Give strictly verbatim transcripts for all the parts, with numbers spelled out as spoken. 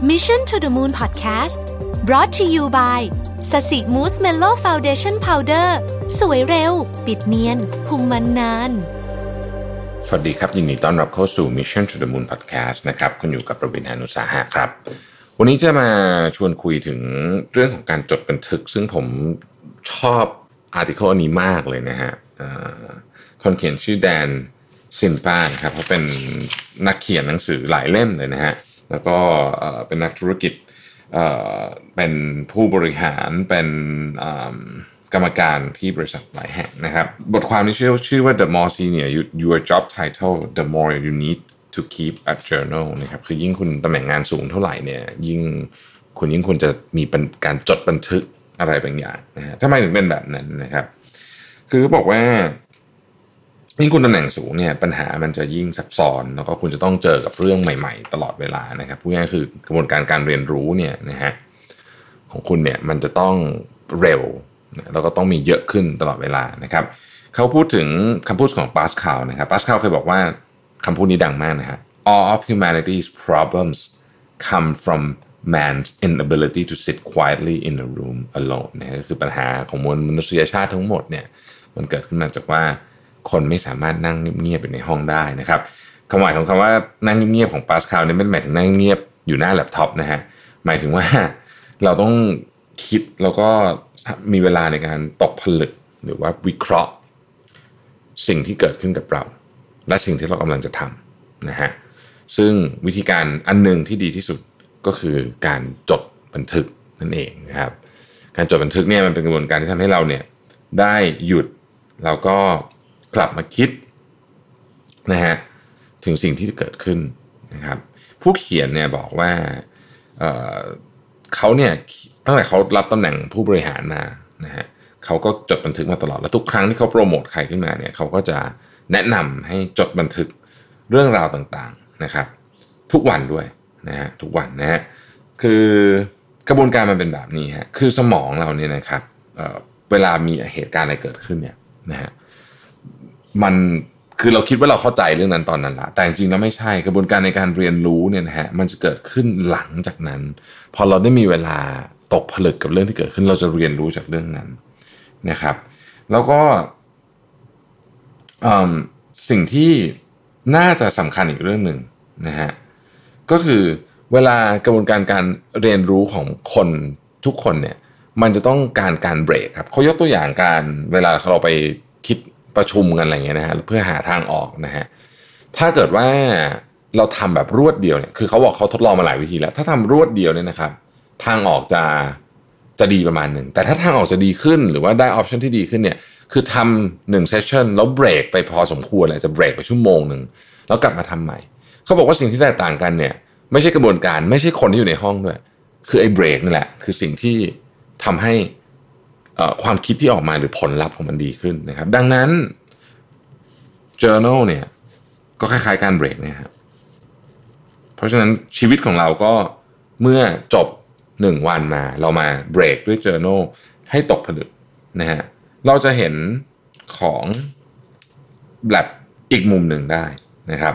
Mission to the Moon Podcast brought to you by สสิมูสเมลโล่ฟาวเดชั่นพาวเดอร์สวยเร็วปิดเนียนคุมมันนานสวัสดีครับยินดีต้อนรับเข้าสู่ Mission to the Moon Podcast นะครับคุณอยู่กับประวิน หาญอุตสาหะครับวันนี้จะมาชวนคุยถึงเรื่องของการจดบันทึกซึ่งผมชอบอาร์ติเคิลอันนี้มากเลยนะฮะคนเขียนชื่อแดนซินฟานะครับเขาเป็นนักเขียนหนังสือหลายเล่มเลยนะฮะแล้วก็เป็นนักธุรกิจเป็นผู้บริหารเป็นกรรมการที่บริษัทหลายแห่งนะครับบทความนี้ชื่อชื่อว่า The more senior your job title the more you need to keep a journal นะครับคือยิ่งคุณตำแหน่งงานสูงเท่าไหร่เนี่ยยิ่งคุณยิ่งควรจะมีเป็นการจดบันทึกอะไรบางอย่างนะฮะทำไมถึงเป็นแบบนั้นนะครับคือบอกว่ายิ่งคุณตำแหน่งสูงเนี่ยปัญหามันจะยิ่งซับซ้อนแล้วก็คุณจะต้องเจอกับเรื่องใหม่ๆตลอดเวลานะครับพูดง่ายๆคือกระบวนการการเรียนรู้เนี่ยนะฮะของคุณเนี่ยมันจะต้องเร็วแล้วก็ต้องมีเยอะขึ้นตลอดเวลานะครับเขาพูดถึงคำพูดของปาสคาลนะครับปาสคาลเคยบอกว่าคำพูดนี้ดังมากนะฮะ all of humanity's problems come from man's inability to sit quietly in a room alone นะก็คือปัญหาของมวลมนุษยชาติทั้งหมดเนี่ยมันเกิดขึ้นมาจากว่าคนไม่สามารถนั่งเงียบๆอยู่ในห้องได้นะครับความหมายของคำว่านั่งเงียบๆของปาสคาลเนี่ยไม่ได้หมายถึงนั่งเงียบอยู่หน้าแล็ปท็อปนะฮะหมายถึงว่าเราต้องคิดแล้วก็มีเวลาในการตกผลึกหรือว่าวิเคราะห์สิ่งที่เกิดขึ้นกับเราและสิ่งที่เรากำลังจะทำนะฮะซึ่งวิธีการอันหนึ่งที่ดีที่สุดก็คือการจดบันทึกนั่นเองนะครับการจดบันทึกเนี่ยมันเป็นกระบวนการที่ทำให้เราเนี่ยได้หยุดแล้วก็กลับมาคิดนะฮะถึงสิ่งที่เกิดขึ้นนะครับผู้เขียนเนี่ยบอกว่า เอ่อ เขาเนี่ยตั้งแต่เขารับตำแหน่งผู้บริหารมานะฮะเขาก็จดบันทึกมาตลอดและทุกครั้งที่เขาโปรโมทใครขึ้นมาเนี่ยเขาก็จะแนะนำให้จดบันทึกเรื่องราวต่างๆนะครับทุกวันด้วยนะฮะทุกวันนะฮะคือกระบวนการมันเป็นแบบนี้ฮะคือสมองเราเนี่ยนะครับ เอ่อ เวลามีเหตุการณ์อะไรเกิดขึ้นเนี่ยนะฮะมันคือเราคิดว่าเราเข้าใจเรื่องนั้นตอนนั้นละแต่จริงๆแล้วไม่ใช่กระบวนการในการเรียนรู้เนี่ยนะฮะมันจะเกิดขึ้นหลังจากนั้นพอเราได้มีเวลาตกผลึกกับเรื่องที่เกิดขึ้นเราจะเรียนรู้จากเรื่องนั้นนะครับแล้วก็สิ่งที่น่าจะสำคัญอีกเรื่องหนึ่งนะฮะก็คือเวลากระบวนการการเรียนรู้ของคนทุกคนเนี่ยมันจะต้องการการเบรกครับเขายกตัวอย่างการเวลาเราไปคิดประชุมกันอะไรเงี้ยนะฮะเพื่อหาทางออกนะฮะถ้าเกิดว่าเราทำแบบรวดเดียวเนี่ยคือเขาบอกเขาทดลองมาหลายวิธีแล้วถ้าทำรวดเดียวเนี่ยนะครับทางออกจะจะดีประมาณหนึ่งแต่ถ้าทางออกจะดีขึ้นหรือว่าได้ออปชันที่ดีขึ้นเนี่ยคือทำหนึ่งเซสชั่นแล้วเบรกไปพอสมควรเลยจะเบรกไปชั่วโมงหนึ่งแล้วกลับมาทำใหม่เขาบอกว่าสิ่งที่แตกต่างกันเนี่ยไม่ใช่กระบวนการไม่ใช่คนที่อยู่ในห้องด้วยคือไอ้เบรกนี่แหละคือสิ่งที่ทำให้ความคิดที่ออกมาหรือผลลัพธ์ของมันดีขึ้นนะครับดังนั้น journal เนี่ยก็คล้ายๆการเบรกนะครับเพราะฉะนั้นชีวิตของเราก็เมื่อจบหนึ่งวันมาเรามาเบรกด้วย journal ให้ตกผลึกนะฮะเราจะเห็นของแบบอีกมุมหนึ่งได้นะครับ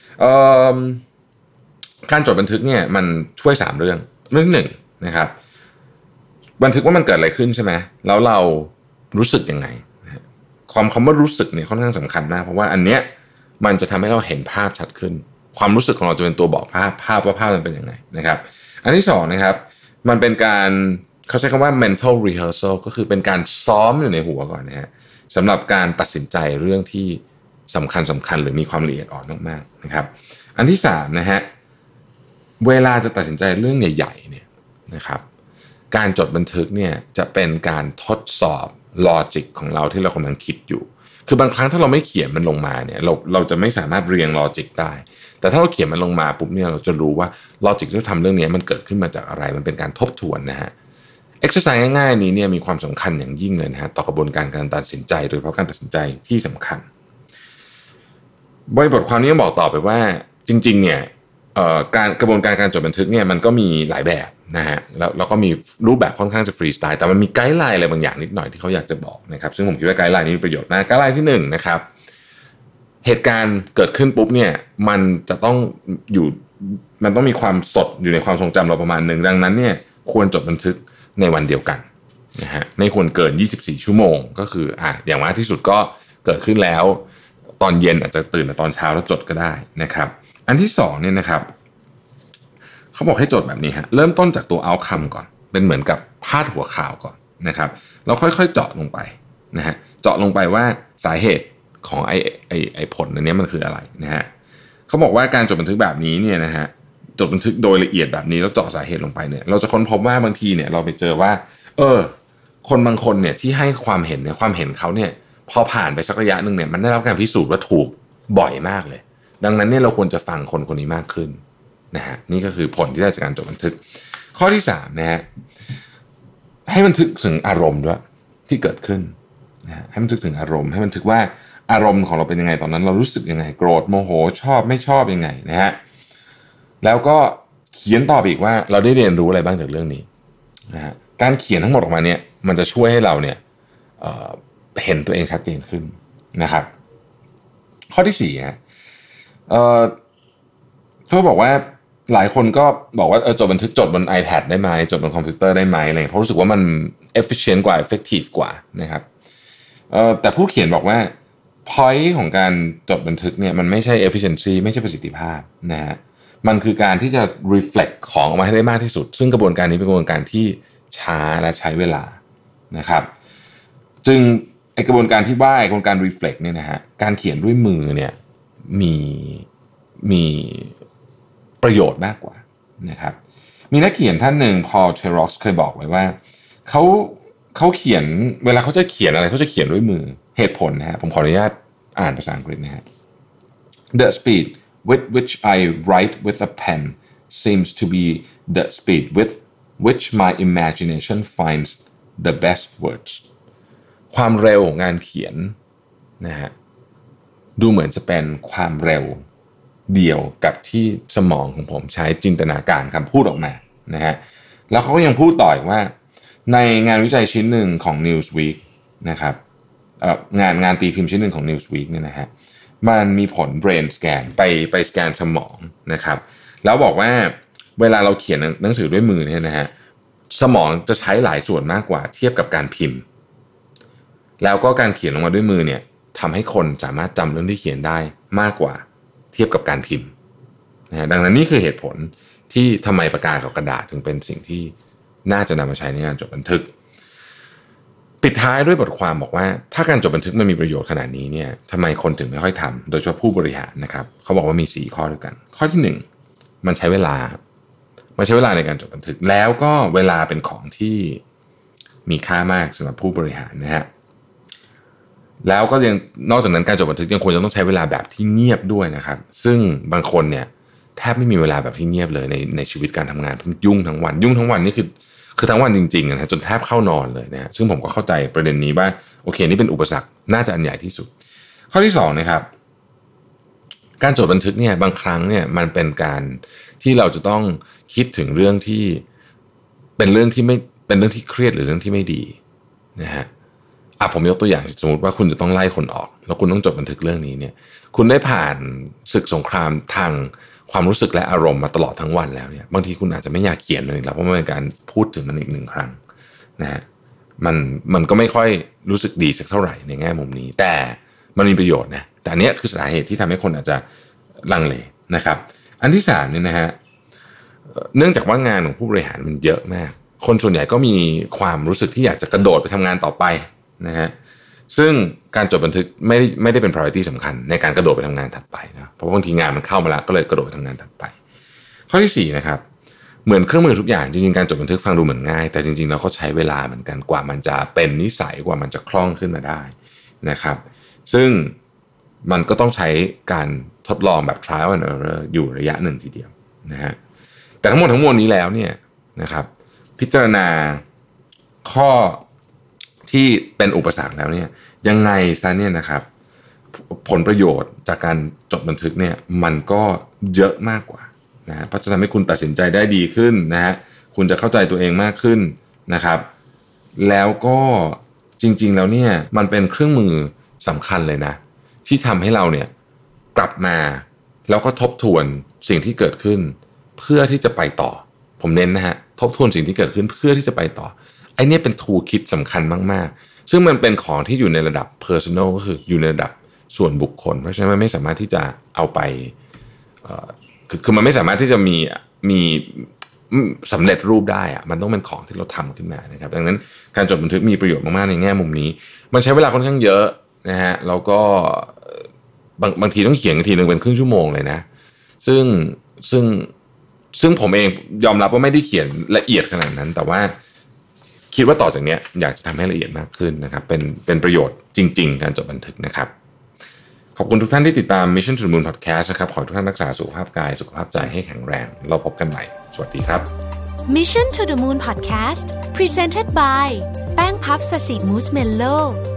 การจดบันทึกเนี่ยมันช่วยสามเรื่องเรื่องหนึ่งนะครับบันทึกว่ามันเกิดอะไรขึ้นใช่ไหมแล้วเรารู้สึกยังไงความคำว่ารู้สึกเนี่ยค่อนข้างสำคัญมากเพราะว่าอันเนี้ยมันจะทำให้เราเห็นภาพชัดขึ้นความรู้สึกของเราจะเป็นตัวบอกภาพภาพว่าภาพมันเป็นยังไงนะครับอันที่สองนะครับมันเป็นการเขาใช้คำว่า mental rehearsal ก็คือเป็นการซ้อมอยู่ในหัวก่อนนะฮะสำหรับการตัดสินใจเรื่องที่สำคัญสำคัญหรือมีความละเอียดอ่อนมากๆนะครับอันที่สามนะฮะเวลาจะตัดสินใจเรื่องใหญ่ๆเนี่ยนะครับการจดบันทึกเนี่ยจะเป็นการทดสอบลอจิกของเราที่เรากำลังคิดอยู่คือบางครั้งถ้าเราไม่เขียนมันลงมาเนี่ยเราเราจะไม่สามารถเรียงลอจิกได้แต่ถ้าเราเขียนมันลงมาปุ๊บเนี่ยเราจะรู้ว่าลอจิกที่เราทำเรื่องนี้มันเกิดขึ้นมาจากอะไรมันเป็นการทบทวนนะฮะเอ็กซ์ไซส์ง่ายๆนี้เนี่ยมีความสำคัญอย่างยิ่งเลยนะฮะต่อกระบวนการการตัดสินใจโดยเฉพาะการตัดสินใจที่สำคัญบทความนี้บอกต่อไปว่าจริงๆเนี่ยการกระบวนการการจดบันทึกเนี่ยมันก็มีหลายแบบนะฮะแล้วแล้วก็มีรูปแบบค่อนข้างจะฟรีสไตล์แต่มันมีไกด์ไลน์อะไรบางอย่างนิดหน่อยที่เขาอยากจะบอกนะครับซึ่งผมคิดว่าไกด์ไลน์นี้มีประโยชน์มากไกด์ไลน์ที่หนึ่งนะครับเหตุการณ์เกิดขึ้นปุ๊บเนี่ยมันจะต้องอยู่มันต้องมีความสดอยู่ในความทรงจำเราประมาณนึงดังนั้นเนี่ยควรจดบันทึกในวันเดียวกันนะฮะไม่ควรเกินยี่สิบสี่ชั่วโมงก็คืออ่ะอย่างมากที่สุดก็เกิดขึ้นแล้วตอนเย็นอาจจะตื่นมาตอนเช้าแล้วจดก็ได้นะครับอันที่สองเนี่ยนะครับเขาบอกให้จดแบบนี้ฮะเริ่มต้นจากตัว outcome ก่อนเป็นเหมือนกับพาดหัวข่าวก่อนนะครับแล้วค่อยๆเจาะลงไปนะฮะเจาะลงไปว่าสาเหตุของไอ้ไอ้ไอ้ผลอันนี้มันคืออะไรนะฮะเขาบอกว่าการจดบันทึกแบบนี้เนี่ยนะฮะจดบันทึกโดยละเอียดแบบนี้แล้วเจาะสาเหตุลงไปเนี่ยเราจะค้นพบว่าบางทีเนี่ยเราไปเจอว่าเออคนบางคนเนี่ยที่ให้ความเห็นเนี่ยความเห็นเขาเนี่ยพอผ่านไปสักระยะนึงเนี่ยมันได้รับการพิสูจน์ว่าถูกบ่อยมากเลยดังนั้นเนี่ยเราควรจะฟังคนคนนี้มากขึ้นนะฮะนี่ก็คือผลที่ได้จากการจดบันทึกข้อที่สามนะฮะให้บันทึกถึงอารมณ์ด้วยที่เกิดขึ้นนะฮะให้บันทึกถึงอารมณ์ให้บันทึกว่าอารมณ์ของเราเป็นยังไงตอนนั้นเรารู้สึกยังไงโกรธโมโหชอบไม่ชอบยังไงนะฮะแล้วก็เขียนต่ออีกว่าเราได้เรียนรู้อะไรบ้างจากเรื่องนี้นะฮะการเขียนทั้งหมดออกมาเนี่ยมันจะช่วยให้เราเนี่ย เอ่อ เห็นตัวเองชัดเจนขึ้นนะครับข้อที่สี่ฮะเอ่อเขาบอกว่าหลายคนก็บอกว่าเออจดบันทึกจดบน iPad ได้ไหมจดบนคอมพิวเตอร์ได้ไหมอะไรเพราะรู้สึกว่ามัน efficient กว่า effective กว่านะครับเอ่อแต่ผู้เขียนบอกว่า point ของการจดบันทึกเนี่ยมันไม่ใช่ efficiency ไม่ใช่ประสิทธิภาพนะฮะมันคือการที่จะ reflect ของออกมาให้ได้มากที่สุดซึ่งกระบวนการนี้เป็นกระบวนการที่ช้าและใช้เวลานะครับจึงไอกระบวนการที่ว่ากระบวนการ reflect เนี่ยนะฮะการเขียนด้วยมือเนี่ยมีมีประโยชน์มากกว่านะครับมีนักเขียนท่านหนึ่งพอล เทร็อกซ์เคยบอกไว้ว่าเขาเขาเขียนเวลาเขาจะเขียนอะไรเขาจะเขียนด้วยมือเหตุผลนะฮะผมขออนุญาตอ่านภาษาอังกฤษนะฮะ The speed with which I write with a pen seems to be the speed with which my imagination finds the best words ความเร็วของงานเขียนนะฮะดูเหมือนจะเป็นความเร็วเดียวกับที่สมองของผมใช้จินตนาการคำพูดออกมานะฮะแล้วเขาก็ยังพูดต่ออีกว่าในงานวิจัยชิ้นหนึ่งของ Newsweek นะครับเอ่องานงานตีพิมพ์ชิ้นหนึ่งของ Newsweek เนี่ยนะฮะมันมีผล brain scan ไปไปสแกนสมองนะครับแล้วบอกว่าเวลาเราเขียนหนังสือด้วยมือเนี่ยนะฮะสมองจะใช้หลายส่วนมากกว่าเทียบกับการพิมพ์แล้วก็การเขียนลงมาด้วยมือเนี่ยทำให้คนสามารถจำเรื่องที่เขียนได้มากกว่าเทียบกับการพิมพ์นะฮะดังนั้นนี่คือเหตุผลที่ทำไมปากกากับกระดาษถึงเป็นสิ่งที่น่าจะนำมาใช้ในการจดบันทึกปิดท้ายด้วยบทความบอกว่าถ้าการจดบันทึกมันมีประโยชน์ขนาดนี้เนี่ยทำไมคนถึงไม่ค่อยทำโดยเฉพาะผู้บริหารนะครับเขาบอกว่ามีสี่ข้อด้วยกันข้อที่หนึ่งมันใช้เวลามันใช้เวลาในการจดบันทึกแล้วก็เวลาเป็นของที่มีค่ามากสำหรับผู้บริหารนะฮะแล้วก็ยังนอกจากนั้นการจดบันทึกยังควรจะต้องใช้เวลาแบบที่เงียบด้วยนะครับซึ่งบางคนเนี่ยแทบไม่มีเวลาแบบที่เงียบเลยในในชีวิตการทำงานยุ่งทั้งวันยุ่งทั้งวันนี่คือคือทั้งวันจริงๆนะจนแทบเข้านอนเลยนะฮะซึ่งผมก็เข้าใจประเด็นนี้ว่าโอเคนี่เป็นอุปสรรคน่าจะอันใหญ่ที่สุดข้อที่สองนะครับการจดบันทึกเนี่ยบางครั้งเนี่ยมันเป็นการที่เราจะต้องคิดถึงเรื่องที่เป็นเรื่องที่ไม่เป็นเรื่องที่เครียดหรือเรื่องที่ไม่ดีนะฮะอ่ะผมยกตัวอย่างสมมติว่าคุณจะต้องไล่คนออกแล้วคุณต้องจดบันทึกเรื่องนี้เนี่ยคุณได้ผ่านศึกสงครามทางความรู้สึกและอารมณ์มาตลอดทั้งวันแล้วเนี่ยบางทีคุณอาจจะไม่อยากเขียนเลยแล้วเพราะมันเป็นการพูดถึงมันอีกหนึ่งครั้งนะฮะมันมันก็ไม่ค่อยรู้สึกดีสักเท่าไหร่ในแง่มุมนี้แต่มันมีประโยชน์นะแต่อันนี้คือสาเหตุที่ทำให้คนอาจจะลังเลนะครับอันที่สามเนี่ยนะฮะเนื่องจากว่างานของผู้บริหารมันเยอะมากคนส่วนใหญ่ก็มีความรู้สึกที่อยากจะกระโดดไปทำงานต่อไปนะฮะซึ่งการจดบันทึกไม่ได้ไม่ได้เป็น priority สำคัญในการกระโดดไปทำงานถัดไปนะเพราะบางทีงานมันเข้ามาแล้วก็เลยกระโดดไปทำงานถัดไปข้อที่สี่นะครับเหมือนเครื่องมือทุกอย่างจริงๆการจดบันทึกฟังดูเหมือนง่ายแต่จริงๆแล้วเขาใช้เวลาเหมือนกันกว่ามันจะเป็นนิสัยกว่ามันจะคล่องขึ้นมาได้นะครับซึ่งมันก็ต้องใช้การทดลองแบบ trial and error อยู่ระยะหนึ่งทีเดียวนะฮะแต่ทั้งหมดทั้งมวลนี้แล้วเนี่ยนะครับพิจารณาข้อที่เป็นอุปสรรคแล้วเนี่ยยังไงซะเนี่ยนะครับผลประโยชน์จากการจดบันทึกเนี่ยมันก็เยอะมากกว่านะฮะเพราะจะทำให้คุณตัดสินใจได้ดีขึ้นนะฮะคุณจะเข้าใจตัวเองมากขึ้นนะครับแล้วก็จริงๆแล้วเนี่ยมันเป็นเครื่องมือสำคัญเลยนะที่ทำให้เราเนี่ยกลับมาแล้วก็ทบทวนสิ่งที่เกิดขึ้นเพื่อที่จะไปต่อผมเน้นนะฮะทบทวนสิ่งที่เกิดขึ้นเพื่อที่จะไปต่อไอ้นี่เป็น tool kit สำคัญมากๆซึ่งมันเป็นของที่อยู่ในระดับ personal ก็คืออยู่ในระดับส่วนบุคคลเพราะฉะนั้นมันไม่สามารถที่จะเอาไปเอ่อคือคือมันไม่สามารถที่จะมีมีสำเร็จรูปได้อะมันต้องเป็นของที่เราทำขึ้นมานะครับดังนั้นการจดบันทึกมีประโยชน์มากๆในแง่มุมนี้มันใช้เวลาค่อนข้างเยอะนะฮะแล้วก็บางบางทีต้องเขียนทีนึงเป็นครึ่งชั่วโมงเลยนะซึ่งซึ่งซึ่งผมเองยอมรับว่าไม่ได้เขียนละเอียดขนาดนั้นแต่ว่าคิดว่าต่อจากนี้อยากจะทำให้ละเอียดมากขึ้นนะครับเป็นเป็นประโยชน์จริงๆการจดบันทึกนะครับขอบคุณทุกท่านที่ติดตาม Mission to the Moon Podcast นะครับขอให้ทุกท่านรักษาสุขภาพกายสุขภาพใจให้แข็งแรงเราพบกันใหม่สวัสดีครับ Mission to the Moon Podcast Presented by แป้งพับสสิมูสเมลโล่